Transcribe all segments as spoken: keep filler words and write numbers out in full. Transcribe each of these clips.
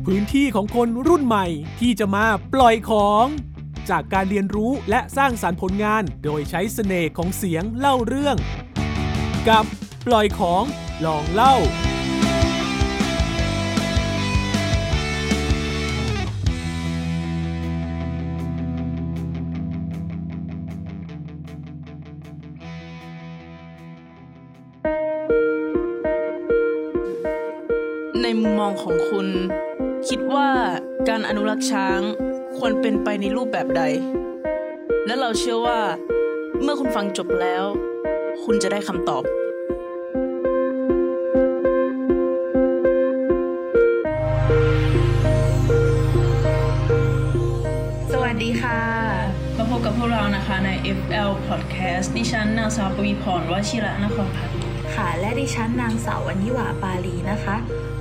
พื้นที่ของคนรุ่นใหม่ที่จะมาปล่อยของจากการเรียนรู้และสร้างสรรค์ผลงานโดยใช้เสน่ห์ของเสียงเล่าเรื่องกับปล่อยของลองเล่าในมุมมองของคุณคิดว่าการอนุรักษ์ช้างควรเป็นไปในรูปแบบใดและเราเชื่อว่าเมื่อคุณฟังจบแล้วคุณจะได้คำตอบสวัสดีค่ะมาพบกับพวกเรานะคะใน เอฟ แอล Podcast ดิฉันนางสาวปวีพรวชิระนครพัฒน์ค่ะและดิฉันนางสาววรรณิวาปาลีนะคะ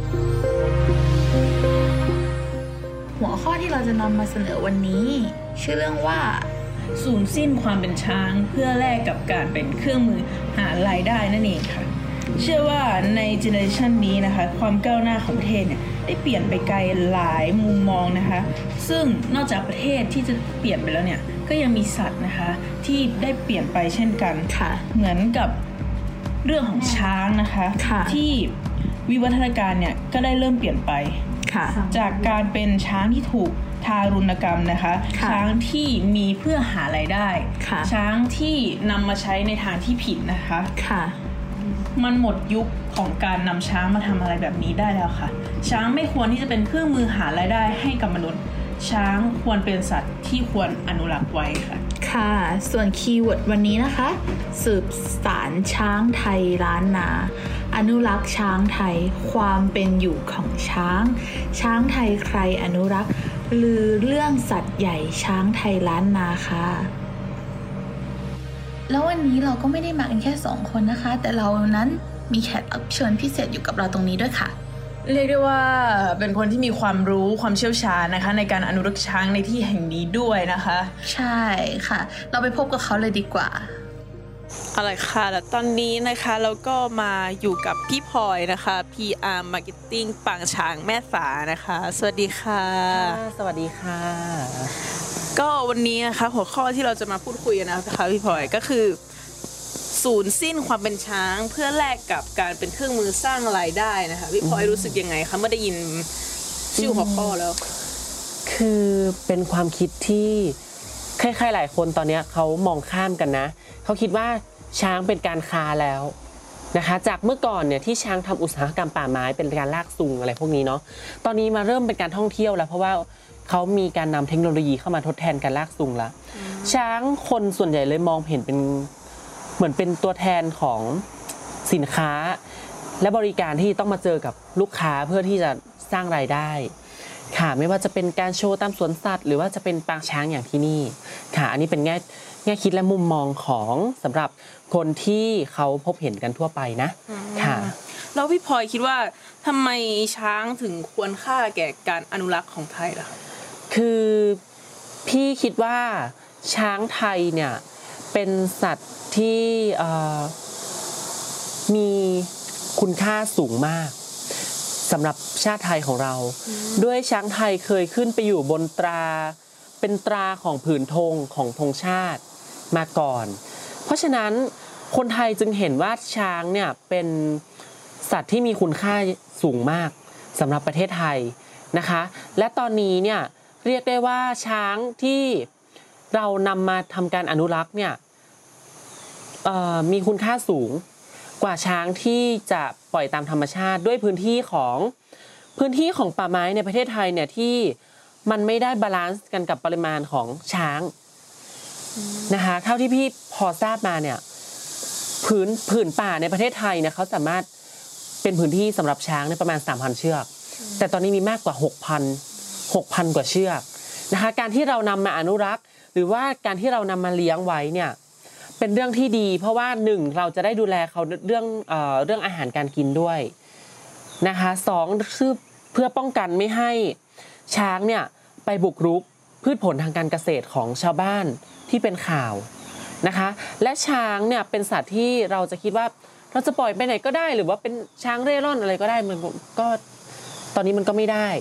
หัวข้อที่เราจะนำมาเสนอวันนี้ชื่อเรื่องว่าสูญสิ้นความเป็นช้างเพื่อแลกกับการเป็นเครื่องมือหารายได้นั่นเองค่ะเชื่อว่าในเจเนอเรชันนี้นะคะความก้าวหน้าของประเทศเนี่ยได้เปลี่ยนไปไกลหลายมุมมองนะคะซึ่งนอกจากประเทศที่จะเปลี่ยนไปแล้วเนี่ยก็ยังมีสัตว์นะคะที่ได้เปลี่ยนไปเช่นกันเหมือนกับเรื่องของช้างนะคะที่วิวัฒนาการเนี่ยก็ได้เริ่มเปลี่ยนไปจากการเป็นช้างที่ถูกทารุณกรรมนะคะช้างที่มีเพื่อหารายได้ช้างที่นำมาใช้ในทางที่ผิดนะคะมันหมดยุคของการนำช้างมาทำอะไรแบบนี้ได้แล้วค่ะช้างไม่ควรที่จะเป็นเครื่องมือหารายได้ให้กับมนุษย์ช้างควรเป็นสัตว์ที่ควรอนุรักษ์ไว้ค่ะค่ะส่วนคีย์เวิร์ดวันนี้นะคะสืบสานช้างไทยล้านนาอนุรักษ์ช้างไทยความเป็นอยู่ของช้างช้างไทยใครอนุรักษ์หรือเรื่องสัตว์ใหญ่ช้างไทยล้านนาค่ะแล้ววันนี้เราก็ไม่ได้มากันแค่สองคนนะคะแต่เรานั้นมีแขกรับเชิญพิเศษอยู่กับเราตรงนี้ด้วยค่ะเรียกได้ว่าเป็นคนที่มีความรู้ความเชี่ยวชาญนะคะในการอนุรักษ์ช้างในที่แห่งนี้ด้วยนะคะใช่ค่ะเราไปพบกับเขาเลยดีกว่าอะไรค่ะแล้วตอนนี้นะคะเราก็มาอยู่กับพี่พลอยนะคะ พี อาร์ Marketing ปางช้างแม่สานะคะสวัสดีค่ะสวัสดีค่ะก็วันนี้นะคะหัวข้อที่เราจะมาพูดคุยกันนะคะพี่พลอยก็คือสูญสิ้นความเป็นช้างเพื่อแลกกับการเป็นเครื่องมือสร้างรายได้นะคะพี่พลอยรู้สึกยังไงคะเมื่อได้ยินชื่อหัวข้อแล้วคือเป็นความคิดที่ใครๆหลายคนตอนนี้เขามองข้ามกันนะเขาคิดว่าช้างเป็นการค้าแล้วนะคะจากเมื่อก่อนเนี่ยที่ช้างทำอุตสาหกรรมป่าไม้เป็นการลากจูงอะไรพวกนี้เนาะตอนนี้มาเริ่มเป็นการท่องเที่ยวแล้วเพราะว่าเขามีการนำเทคโนโลยีเข้ามาทดแทนการลากจูงละช้างคนส่วนใหญ่เลยมองเห็นเป็นเหมือนเป็นตัวแทนของสินค้าและบริการที่ต้องมาเจอกับลูกค้าเพื่อที่จะสร้างรายได้ค่ะไม่ว่าจะเป็นการโชว์ตามสวนสัตว์หรือว่าจะเป็นปางช้างอย่างที่นี่ค่ะอันนี้เป็นแง่แง่คิดและมุมมองของสำหรับคนที่เขาพบเห็นกันทั่วไปนะค่ะแล้วพี่พลอยคิดว่าทำไมช้างถึงควรค่าแก่การอนุรักษ์ของไทยล่ะคือพี่คิดว่าช้างไทยเนี่ยเป็นสัตว์ที่มีคุณค่าสูงมากสำหรับชาติไทยของเราด้วยช้างไทยเคยขึ้นไปอยู่บนตราเป็นตราของผืนธงของธงชาติมาก่อนเพราะฉะนั้นคนไทยจึงเห็นว่าช้างเนี่ยเป็นสัตว์ที่มีคุณค่าสูงมากสำหรับประเทศไทยนะคะและตอนนี้เนี่ยเรียกได้ว่าช้างที่เรานำมาทำการอนุรักษ์เนี่ยมีคุณค่าสูงกว่าช้างที่จะปล่อยตามธรรมชาติด้วยพื้นที่ของพื้นที่ของป่าไม้ในประเทศไทยเนี่ยที่มันไม่ได้บาลานซ์กันกับปริมาณของช้างนะคะเท่าที่พี่พอทราบมาเนี่ยผืนผืนป่าในประเทศไทยเนี่ยเขาสามารถเป็นพื้นที่สำหรับช้างในประมาณ สามพัน เชือกแต่ตอนนี้มีมากกว่า หกพัน หกพัน กว่าเชือกนะคะการที่เรานำมาอนุรักษ์หรือว่าการที่เรานำมาเลี้ยงไว้เนี่ยเป็นเรื่องที่ดีเพราะว่าหนึ่งเราจะได้ดูแลเขาเรื่องเอ่อเรื่องอาหารการกินด้วยนะคะสองคือเพื่อป้องกันไม่ให้ช้างเนี่ยไปบุกรุกพืชผลทางการเกษตรของชาวบ้านที่เป็นข่าวนะคะและช้างเนี่ยเป็นสัตว์ที่เราจะคิดว่าเราจะปล่อยไปไหนก็ได้หรือว่าเป็นช้างเร่ร่อนอะไรก็ได้มันก็ตอนนี้มันก็ไม่ได้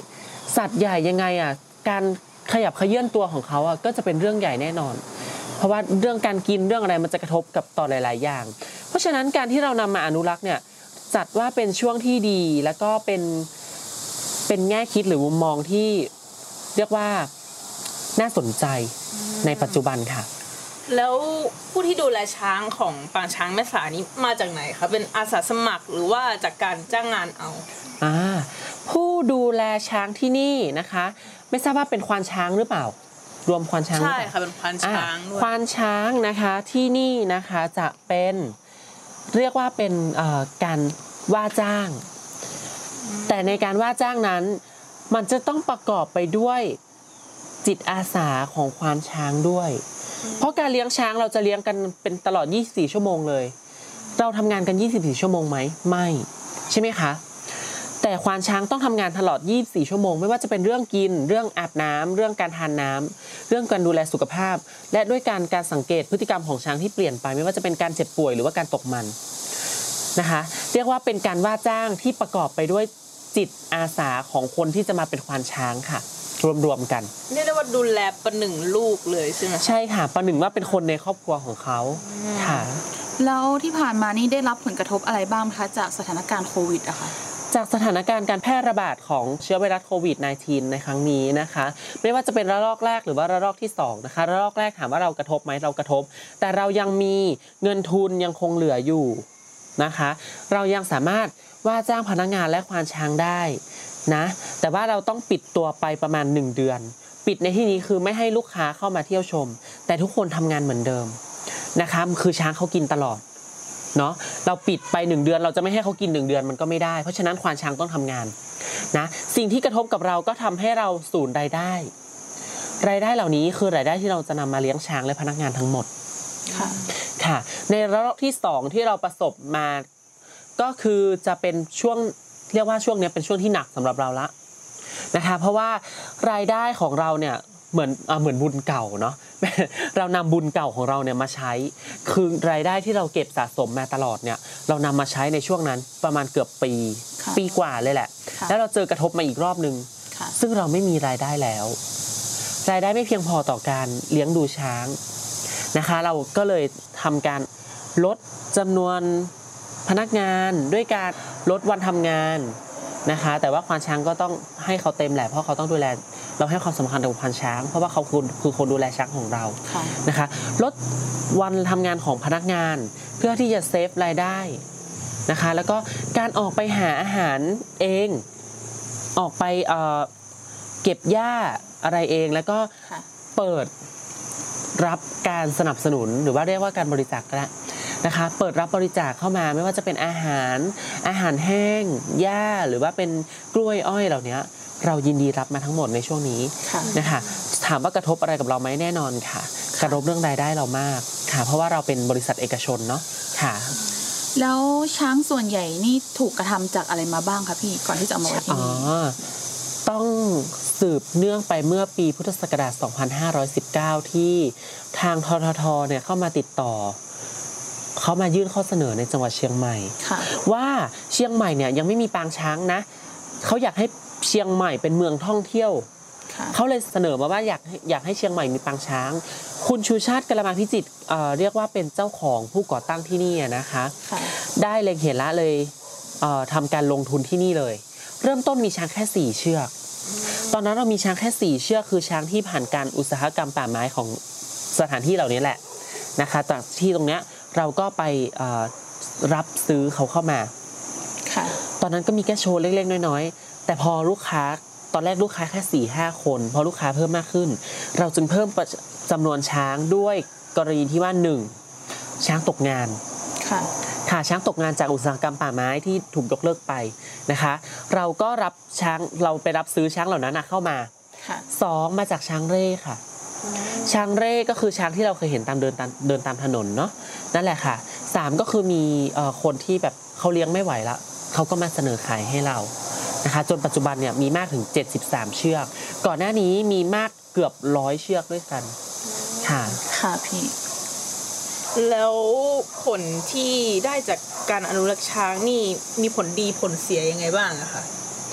สัตว์ใหญ่ยังไงอ่ะการขยับเขยื้อนตัวของเขาอ่ะก็จะเป็นเรื่องใหญ่แน่นอนเพราะว่าเรื่องการกินเรื่องอะไรมันจะกระทบกับต่อหลายๆอย่างเพราะฉะนั้นการที่เรานำมาอนุรักษ์เนี่ยจัดว่าเป็นช่วงที่ดีแล้วก็เป็นเป็นแง่คิดหรือมุมมองที่เรียกว่าน่าสนใจในปัจจุบันค่ะแล้วผู้ที่ดูแลช้างของปางช้างแม่สานี้มาจากไหนคะเป็นอาสาสมัครหรือว่าจากการจ้างงานเอาอ่าผู้ดูแลช้างที่นี่นะคะไม่ทราบว่าเป็นควานช้างหรือเปล่ารวมควานช้างใช่ค่ะเป็นควานช้างด้วยควานช้างนะคะที่นี่นะคะจะเป็นเรียกว่าเป็นการว่าจ้างแต่ในการว่าจ้างนั้นมันจะต้องประกอบไปด้วยจิตอาสาของควานช้างด้วยเพราะการเลี้ยงช้างเราจะเลี้ยงกันเป็นตลอดยี่สิบสี่ชั่วโมงเลยเราทำงานกันยี่สิบสี่ชั่วโมงไหมไม่ใช่ไหมคะแต่ควานช้างต้องทำงานตลอดยี่สิบสี่ชั่วโมงไม่ว่าจะเป็นเรื่องกินเรื่องอาบน้ำเรื่องการทานน้ำเรื่องการดูแลสุขภาพและด้วยการการสังเกตพฤติกรรมของช้างที่เปลี่ยนไปไม่ว่าจะเป็นการเจ็บป่วยหรือว่าการตกมันนะคะเรียกว่าเป็นการว่าจ้างที่ประกอบไปด้วยจิตอาสาของคนที่จะมาเป็นควานช้างค่ะรวมๆกันเรียกได้ว่าดูแลประหนึ่งลูกเลยใช่ไหมใช่ค่ะประหนึ่งว่าเป็นคนในครอบครัวของเขาค่ะแล้วที่ผ่านมานี่ได้รับผลกระทบอะไรบ้างคะจากสถานการณ์โควิดอะคะจากสถานการณ์การแพร่ระบาดของเชื้อไวรัสโควิด สิบเก้า ในครั้งนี้นะคะไม่ว่าจะเป็นระลอกแรกหรือว่าระลอกที่สองนะคะระลอกแรกถามว่าเรากระทบไหมเรากระทบแต่เรายังมีเงินทุนยังคงเหลืออยู่นะคะเรายังสามารถว่าจ้างพนักงานและควานช้างได้นะแต่ว่าเราต้องปิดตัวไปประมาณหนึ่งเดือนปิดในที่นี้คือไม่ให้ลูกค้าเข้ามาเที่ยวชมแต่ทุกคนทำงานเหมือนเดิมนะคะคือช้างเขากินตลอดเนาะเราปิดไปหนึ่งเดือนเราจะไม่ให้เขากินหนึ่งเดือนมันก็ไม่ได้เพราะฉะนั้นควานช้างต้องทำงานนะสิ่งที่กระทบกับเราก็ทำให้เราสูญรายได้รายได้เหล่านี้คือรายได้ที่เราจะนำมาเลี้ยงช้างและพนักงานทั้งหมดค่ะค่ะในระลอกที่สองที่เราประสบมาก็คือจะเป็นช่วงเรียกว่าช่วงนี้เป็นช่วงที่หนักสำหรับเราละนะคะเพราะว่ารายได้ของเราเนี่ยเหมือนเหมือนบุญเก่าเนาะเรานำบุญเก่าของเราเนี่ยมาใช้คือรายได้ที่เราเก็บสะสมมาตลอดเนี่ยเรานำมาใช้ในช่วงนั้นประมาณเกือบปีปีกว่าเลยแหละแล้วเราเจอกระทบมาอีกรอบนึงซึ่งเราไม่มีรายได้แล้วรายได้ไม่เพียงพอต่อการเลี้ยงดูช้างนะคะเราก็เลยทำการลดจำนวนพนักงานด้วยการลดวันทำงานนะคะแต่ว่าควานช้างก็ต้องให้เขาเต็มแหละเพราะเขาต้องดูแลเราให้ความสำคัญกับควานช้างเพราะว่าเขาคือคือคนดูแลช้างของเรานะคะลดวันทำงานของพนักงานเพื่อที่จะเซฟรายได้นะคะแล้วก็การออกไปหาอาหารเองออกไปเอ่อเก็บหญ้าอะไรเองแล้วก็เปิดรับการสนับสนุนหรือว่าเรียกว่าการบริจาคก็ได้นะคะเปิดรับบริจาคเข้ามาไม่ว่าจะเป็นอาหารอาหารแห้งหญ้าหรือว่าเป็นกล้วยอ้อยเหล่านี้เรายินดีรับมาทั้งหมดในช่วงนี้นะคะถามว่ากระทบอะไรกับเราไหมแน่นอนค่ะกระทบเรื่องรายได้เรามากค่ะเพราะว่าเราเป็นบริษัทเอกชนเนาะค่ะแล้วช้างส่วนใหญ่นี่ถูกกระทำจากอะไรมาบ้างคะพี่ก่อนที่จะเอามาไว้ที่นี่ต้องสืบเนื่องไปเมื่อปีพุทธศักราชสองพันห้าร้อยสิบเก้าที่ทางทททเนี่ยเข้ามาติดต่อเขามายื่นข้อเสนอในจังหวัดเชียงใหม่ว่าเชียงใหม่เนี่ยยังไม่มีปางช้างนะเขาอยากให้เชียงใหม่เป็นเมืองท่องเที่ยวเขาเลยเสนอมาว่าอยากอยากให้เชียงใหม่มีปางช้างคุณชูชาติกลมาพิจิตร เอ่อเรียกว่าเป็นเจ้าของผู้ก่อตั้งที่นี่นะคะได้เล็งเห็นละเลยเอ่อทำการลงทุนที่นี่เลยเริ่มต้นมีช้างแค่สี่เชือกตอนนั้นเรามีช้างแค่สี่เชือกคือช้างที่ผ่านการอุตสาหกรรมป่าไม้ของสถานที่เหล่านี้แหละนะคะจากที่ตรงเนี้ยเราก็ไปรับซื้อเขาเข้ามาตอนนั้นก็มีแค่โชว์เล็กๆน้อยๆแต่พอลูกค้าตอนแรกลูกค้าแค่ สี่ห้า คนพอลูกค้าเพิ่มมากขึ้นเราจึงเพิ่มจำนวนช้างด้วยกรณีที่ว่าหนึ่งช้างตกงานค่ะช้างตกงานจากอุตสาหกรรมป่าไม้ที่ถูกยกเลิกไปนะคะเราก็รับช้างเราไปรับซื้อช้างเหล่านั้นเข้ามาสองมาจากช้างเร่ค่ะช้างเร่ก็คือช้างที่เราเคยเห็นตามเดินตามเดินตามถนนเนาะนั่นแหละค่ะสามก็คือมีคนที่แบบเขาเลี้ยงไม่ไหวละเขาก็มาเสนอขายให้เรานะคะจนปัจจุบันเนี่ยมีมากถึงเจ็ดสิบสามเชือกก่อนหน้านี้มีมากเกือบร้อยเชือกด้วยกันค่ะค่ะพี่แล้วผลที่ได้จากการอนุรักษ์ช้างนี่มีผลดีผลเสียยังไงบ้างอะคะ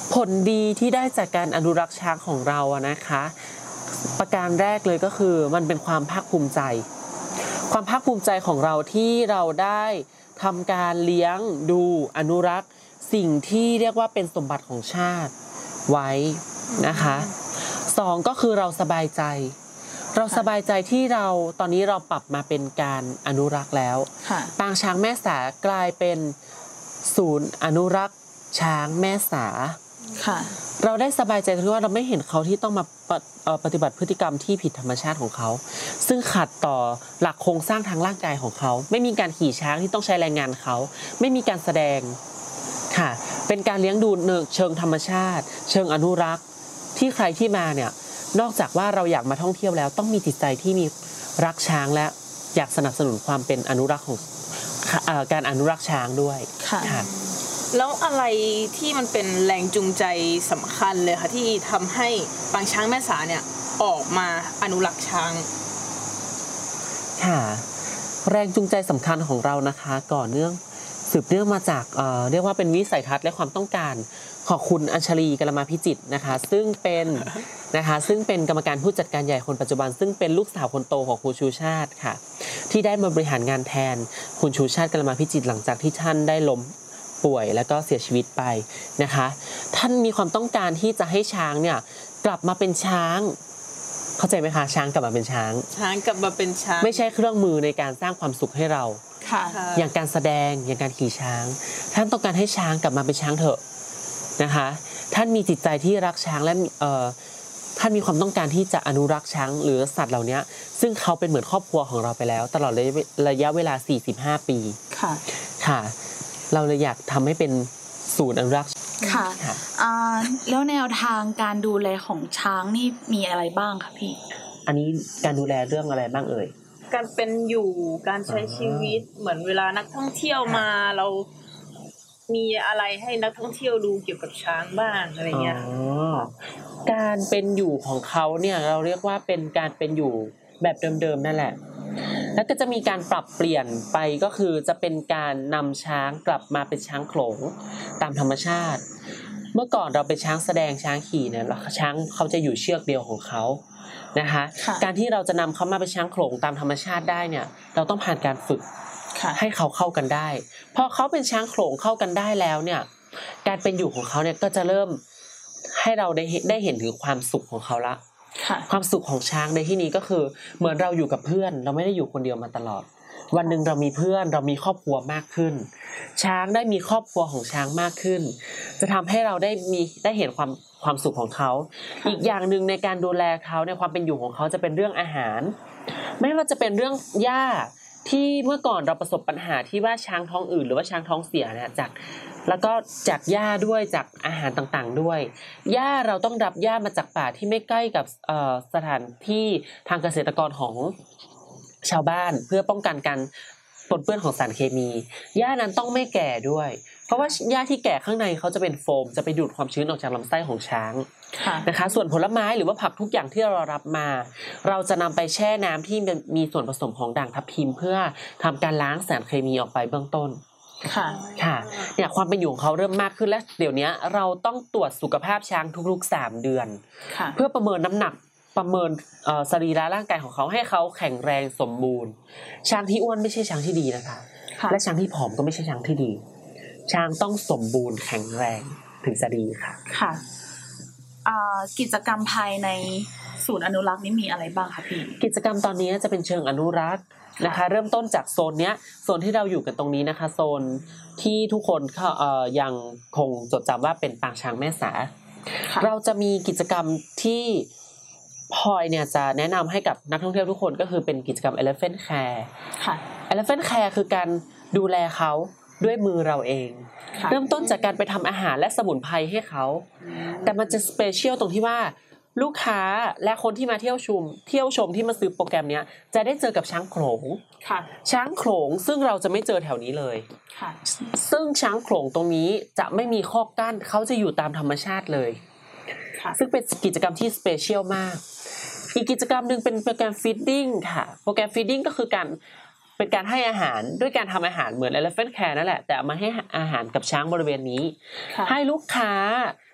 ผลดีที่ได้จากการอนุรักษ์ช้างของเราอะนะคะประการแรกเลยก็คือมันเป็นความภาคภูมิใจความภาคภูมิใจของเราที่เราได้ทำการเลี้ยงดูอนุรักษ์สิ่งที่เรียกว่าเป็นสมบัติของชาติไว้นะคะสองก็คือเราสบายใจเราสบายใจที่เราตอนนี้เราปรับมาเป็นการอนุรักษ์แล้วปางช้างแม่สากลายเป็นศูนย์อนุรักษ์ช้างแม่สาเราได้สบายใจที่ว่าเราไม่เห็นเขาที่ต้องมาปฏิบัติพฤติกรรมที่ผิดธรรมชาติของเขาซึ่งขัดต่อหลักโครงสร้างทางร่างกายของเขาไม่มีการขี่ช้างที่ต้องใช้แรงงานเขาไม่มีการแสดงค่ะเป็นการเลี้ยงดูเชิงธรรมชาติเชิงอนุรักษ์ที่ใครที่มาเนี่ยนอกจากว่าเราอยากมาท่องเที่ยวแล้วต้องมีจิตใจที่มีรักช้างและอยากสนับสนุนความเป็นอนุรักษ์ของการอนุรักษ์ช้างด้วยค่ะแล้วอะไรที่มันเป็นแรงจูงใจสำคัญเลยค่ะที่ทำให้ปางช้างแม่สาเนี่ยออกมาอนุรักษ์ช้างค่ะแรงจูงใจสำคัญของเรานะคะก่อเนื่องสืบเนื่องมาจากเอ่อเรียกว่าเป็นวิสัยทัศน์และความต้องการของคุณอัญชลีกัลมาพิจิตรนะคะซึ่งเป็นนะคะซึ่งเป็นกรรมการผู้จัดการใหญ่คนปัจจุบันซึ่งเป็นลูกสาวคนโตของคุณชูชาติค่ะที่ได้มาบริหารงานแทนคุณชูชาติกัลมาพิจิตรหลังจากที่ท่านได้ล้มป่วยแล้วก็เสียชีวิตไปนะคะท่านมีความต้องการที่จะให้ช้างเนี่ยกลับมาเป็นช้างเข้าใจไหมคะช้างกลับมาเป็นช้างช้างกลับมาเป็นช้างไม่ใช่เครื่องมือในการสร้างความสุขให้เราอย่างการแสดงอย่างการขี่ช้างท่านต้องการให้ช้างกลับมาเป็นช้างเถอะนะคะท่านมีจิตใจที่รักช้างและเอ่อท่านมีความต้องการที่จะอนุรักษ์ช้างหรือสัตว์เหล่านี้ซึ่งเขาเป็นเหมือนครอบครัวของเราไปแล้วตลอดระยะเวลาสี่สิบห้าปีค่ะค่ะเราเลยอยากทำให้เป็นศูนย์อนุรักษ์ค่ะอ่าแล้วแนวทางการดูแลของช้างนี่มีอะไรบ้างคะพี่อันนี้การดูแลเรื่องอะไรบ้างเอ่ยการเป็นอยู่การใช้ชีวิตเหมือนเวลานักท่องเที่ยวมาเรามีอะไรให้นักท่องเที่ยวดูเกี่ยวกับช้างบ้างอะไรเงี้ยอ๋อการเป็นอยู่ของเขาเนี่ยเราเรียกว่าเป็นการเป็นอยู่แบบเดิมๆนั่นแหละแล้วก็จะมีการปรับเปลี่ยนไปก็คือจะเป็นการนำช้างกลับมาเป็นช้างโขลงตามธรรมชาติเมื่อก่อนเราเป็นช้างแสดงช้างขี่เนี่ยช้างเขาจะอยู่เชือกเดียวของเขานะคะการที่เราจะนำเขามาเป็นช้างโขลงตามธรรมชาติได้เนี่ยเราต้องผ่านการฝึกให้เขาเข้ากันได้พอเขาเป็นช้างโขลงเข้ากันได้แล้วเนี่ยการเป็นอยู่ของเขาเนี่ยก็จะเริ่มให้เราได้ได้เห็นถึงความสุขของเขาละความสุขของช้างในที่นี้ก็คือเหมือนเราอยู่กับเพื่อนเราไม่ได้อยู่คนเดียวมาตลอดวันหนึ่งเรามีเพื่อนเรามีครอบครัวมากขึ้นช้างได้มีครอบครัวของช้างมากขึ้นจะทำให้เราได้มีได้เห็นความความสุขของเขาอีกอย่างนึงในการดูแลเขาในความเป็นอยู่ของเขาจะเป็นเรื่องอาหารไม่ว่าจะเป็นเรื่องหญ้าที่เมื่อก่อนเราประสบปัญหาที่ว่าช้างท้องอืดหรือว่าช้างท้องเสียเนี่ยจากแล้วก็จากหญ้าด้วยจากอาหารต่างๆด้วยหญ้าเราต้องรับหญ้ามาจากป่าที่ไม่ใกล้กับสถานที่ทางเกษตรกรของชาวบ้านเพื่อป้องกันการปนเปื้อนของสารเคมีหญ้านั้นต้องไม่แก่ด้วยเพราะว่าหญ้าที่แก่ข้างในเขาจะเป็นโฟมจะไปดูดความชื้นออกจากลำไส้ของช้างนะคะส่วนผลไม้หรือว่าผักทุกอย่างที่เรารับมาเราจะนำไปแช่น้ำที่มีส่วนผสมของด่างทับทิมเพื่อทำการล้างสารเคมีออกไปเบื้องต้นค่ะค่ะเนี่ยความเป็นอยู่ของเขาเริ่มมากขึ้นและเดี๋ยวนี้เราต้องตรวจสุขภาพช้างทุกๆสามเดือนเพื่อประเมินน้ำหนักประเมินสรีระร่างกายของเขาให้เขาแข็งแรงสมบูรณ์ช้างที่อ้วนไม่ใช่ช้างที่ดีนะคะและช้างที่ผอมก็ไม่ใช่ช้างที่ดีช้างต้องสมบูรณ์แข็งแรงถึงจะดีค่ะค่ะกิจกรรมภายในศูนย์อนุรักษ์นี้มีอะไรบ้างคะพี่กิจกรรมตอนนี้จะเป็นเชิงอนุรักษ์นะคะเริ่มต้นจากโซนเนี้ยโซนที่เราอยู่กันตรงนี้นะคะโซนที่ทุกคนเอ่อยังคงจดจำว่าเป็นปางช้างแม่สาเราจะมีกิจกรรมที่พลอยเนี่ยจะแนะนำให้กับนักท่องเที่ยวทุกคนก็คือเป็นกิจกรรม Elephant Care ค่ะ Elephant Care คือการดูแลเขาด้วยมือเราเองเริ่มต้นจากการไปทำอาหารและสมุนไพรให้เขาแต่มันจะสเปเชียลตรงที่ว่าลูกค้าและคนที่มาเที่ยวชมเที่ยวชมที่มาซื้อโปรแกรมนี้จะได้เจอกับช้างโขลงช้างโขลงซึ่งเราจะไม่เจอแถวนี้เลยซึ่งช้างโขลงตรงนี้จะไม่มีข้อกั้นเขาจะอยู่ตามธรรมชาติเลยซึ่งเป็นกิจกรรมที่สเปเชียลมากอีกกิจกรรมนึงเป็นโปรแกรมฟีดดิ้งค่ะโปรแกรมฟีดดิ้งก็คือการเป็นการให้อาหารด้วยการทำอาหารเหมือน Elephant Care นั่นแหละแต่เอามาให้อาหารกับช้างบริเวณนี้ให้ลูกค้า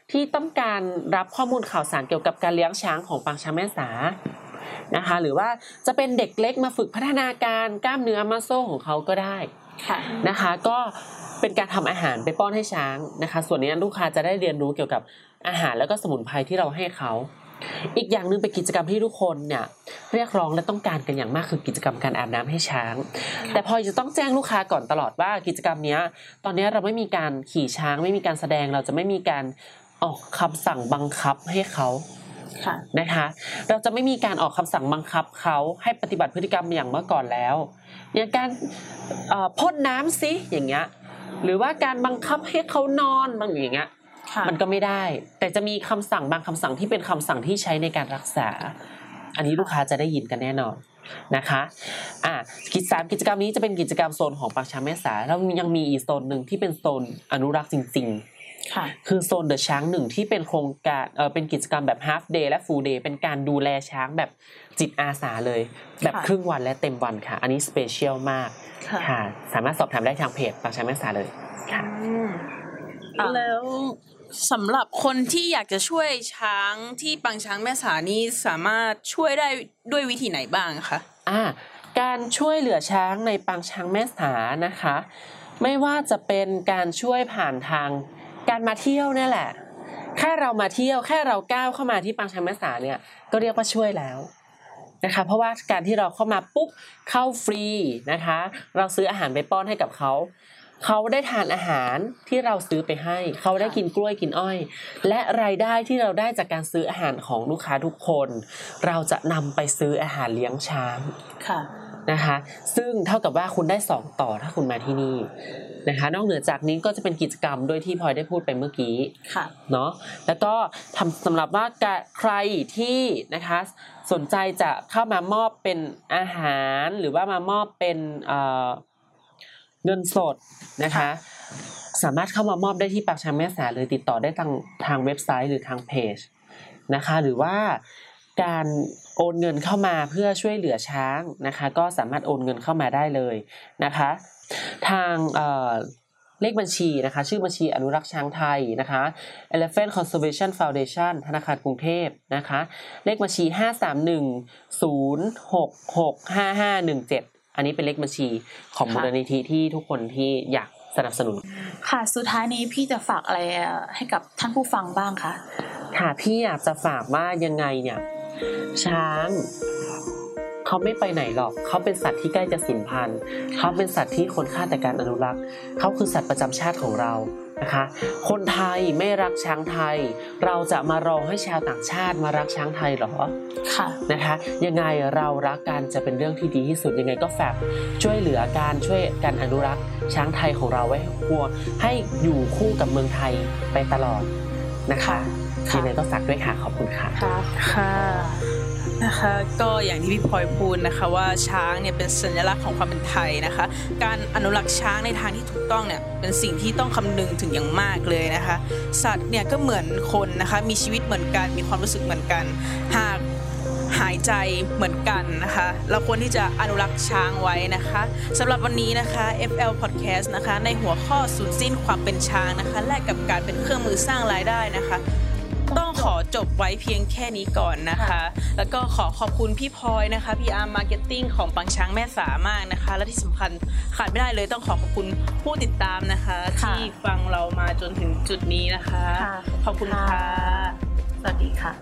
ที่ต้องการรับข้อมูลข่าวสารเกี่ยวกับการเลี้ยงช้างของปางช้างแม่สานะคะหรือว่าจะเป็นเด็กเล็กมาฝึกพัฒนาการกล้ามเนื้อมัสโซของเขาก็ได้นะคะก็เป็นการทำอาหารไปป้อนให้ช้างนะคะส่วนนี้ลูกค้าจะได้เรียนรู้เกี่ยวกับอาหารแล้วก็สมุนไพรที่เราให้เขาอีกอย่างนึงเป็นกิจกรรมที่ทุกคนเนี่ยเรียกร้องและต้องการกันอย่างมากคือกิจกรรมการอาบน้ำให้ช้างแต่พอจะต้องแจ้งลูกค้าก่อนตลอดว่ากิจกรรมนี้ตอนนี้เราไม่มีการขี่ช้างไม่มีการแสดงเราจะไม่มีการออกคำสั่งบังคับให้เขานะคะเราจะไม่มีการออกคำสั่งบังคับเขาให้ปฏิบัติพฤติกรรมอย่างเมื่อก่อนแล้วอย่างการพ่นน้ำซิอย่างเงี้ยหรือว่าการบังคับให้เขานอนบางอย่างเงี้ยมันก็ไม่ได้แต่จะมีคำสั่งบางคำสั่งที่เป็นคำสั่งที่ใช้ในการรักษาอันนี้ลูกค้าจะได้ยินกันแน่นอนนะคะอ่ะกิจสามกิจกรรมนี้จะเป็นกิจกรรมโซนของปางช้างแม่สาแล้วยังมีอีกโซนหนึ่งที่เป็นโซนอนุรักษ์จริงๆคือโซนเดอะช้างหนึ่งที่เป็นโครงการเออเป็นกิจกรรมแบบ half day และ full day เป็นการดูแลช้างแบบจิตอาสาเลยแบบครึ่งวันและเต็มวันค่ะอันนี้สเปเชียลมากค่ะสามารถสอบถามได้ทางเพจปางช้างแม่สาเลยค่ะแล้วสำหรับคนที่อยากจะช่วยช้างที่ปางช้างแม่สานี่สามารถช่วยได้ด้วยวิธีไหนบ้างคะอ่าการช่วยเหลือช้างในปางช้างแม่สานะคะไม่ว่าจะเป็นการช่วยผ่านทางการมาเที่ยวนี่แหละแค่เรามาเที่ยวแค่เราก้าวเข้ามาที่ปางช้างแม่สาเนี่ยก็เรียกว่าช่วยแล้วนะคะเพราะว่าการที่เราเข้ามาปุ๊บเข้าฟรีนะคะเราซื้ออาหารไปป้อนให้กับเขาเขาได้ทานอาหารที่เราซื้อไปให้เขาได้กินกล้วยกินอ้อยและรายได้ที่เราได้จากการซื้ออาหารของลูกค้าทุกคนเราจะนำไปซื้ออาหารเลี้ยงช้างค่ะนะคะซึ่งเท่ากับว่าคุณได้สองต่อถ้าคุณมาที่นี่นะคะนอกเหนือจากนี้ก็จะเป็นกิจกรรมโดยที่พลอยได้พูดไปเมื่อกี้เนาะแล้วก็ทำสำหรับว่าใครที่นะคะสนใจจะเข้ามามอบเป็นอาหารหรือว่ามามอบเป็นเอ่อเงินสดนะคะสามารถเข้ามามอบได้ที่ปางช้างแม่สาเลยติดต่อได้ทางทางเว็บไซต์หรือทางเพจนะคะหรือว่าการโอนเงินเข้ามาเพื่อช่วยเหลือช้างนะคะก็สามารถโอนเงินเข้ามาได้เลยนะคะทางเอ่อเลขบัญชีนะคะชื่อบัญชีอนุรักษ์ช้างไทยนะคะ Elephant Conservation Foundation ธนาคารกรุงเทพนะคะเลขบัญชีห้าสามหนึ่ง ศูนย์ หก หก ห้า ห้า หนึ่ง เจ็ดอันนี้เป็นเลขบัญชีของมูลนิธิที่ทุกคนที่อยากสนับสนุนค่ะสุดท้ายนี้พี่จะฝากอะไรให้กับท่านผู้ฟังบ้างคะค่ะพี่อยากจะฝากว่ายังไงเนี่ยช้างเขาไม่ไปไหนหรอกเขาเป็นสัตว์ที่ใกล้จะสูญพันธุ์เขาเป็นสัตว์ที่ควรค่าแต่การอนุรักษ์เขาคือสัตว์ประจำชาติของเรานะคะคนไทยไม่รักช้างไทยเราจะมารอให้ชาวต่างชาติมารักช้างไทยหรอค่ะนะคะยังไงเรารักกันจะเป็นเรื่องที่ดีที่สุดยังไงก็ฝากช่วยเหลือการช่วยการอนุรักษ์ช้างไทยของเราไว้หัวให้อยู่คู่กับเมืองไทยไปตลอดนะคะยังไงก็ฝากด้วยค่ะขอบคุณค่ะค่ะนะคะก็อย่างที่พี่พลอยพูดนะคะว่าช้างเนี่ยเป็นสัญลักษณ์ของความเป็นไทยนะคะการอนุรักษ์ช้างในทางที่ถูกต้องเนี่ยเป็นสิ่งที่ต้องคำนึงถึงอย่างมากเลยนะคะสัตว์เนี่ยก็เหมือนคนนะคะมีชีวิตเหมือนกันมีความรู้สึกเหมือนกันหากหายใจเหมือนกันนะคะเราควรที่จะอนุรักษ์ช้างไว้นะคะสำหรับวันนี้นะคะ เอฟ แอล Podcast นะคะในหัวข้อสูญสิ้นความเป็นช้างนะคะแลกกับการเป็นเครื่องมือสร้างรายได้นะคะต้องขอจบไว้เพียงแค่นี้ก่อนนะคะแล้วก็ขอขอบคุณพี่พลอยนะคะ พี อาร์ Marketing ของปางช้างแม่สามากนะคะและที่สำคัญขาดไม่ได้เลยต้องขอขอบคุณผู้ติดตามนะคะที่ฟังเรามาจนถึงจุดนี้นะคะขอบคุณค่ะสวัสดีค่ะ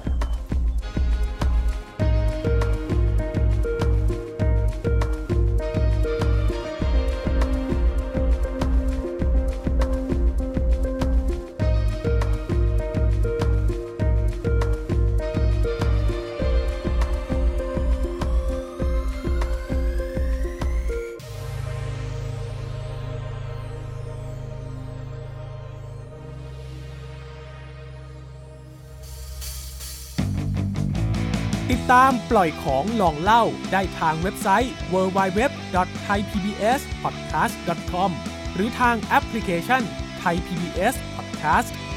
ติดตามปล่อยของลองเล่าได้ทางเว็บไซต์ ดับเบิลยู ดับเบิลยู ดับเบิลยู ดอท ไทย พี บี เอส พอดแคสต์ ดอท คอม หรือทางแอปพลิเคชัน Thai พี บี เอส Podcast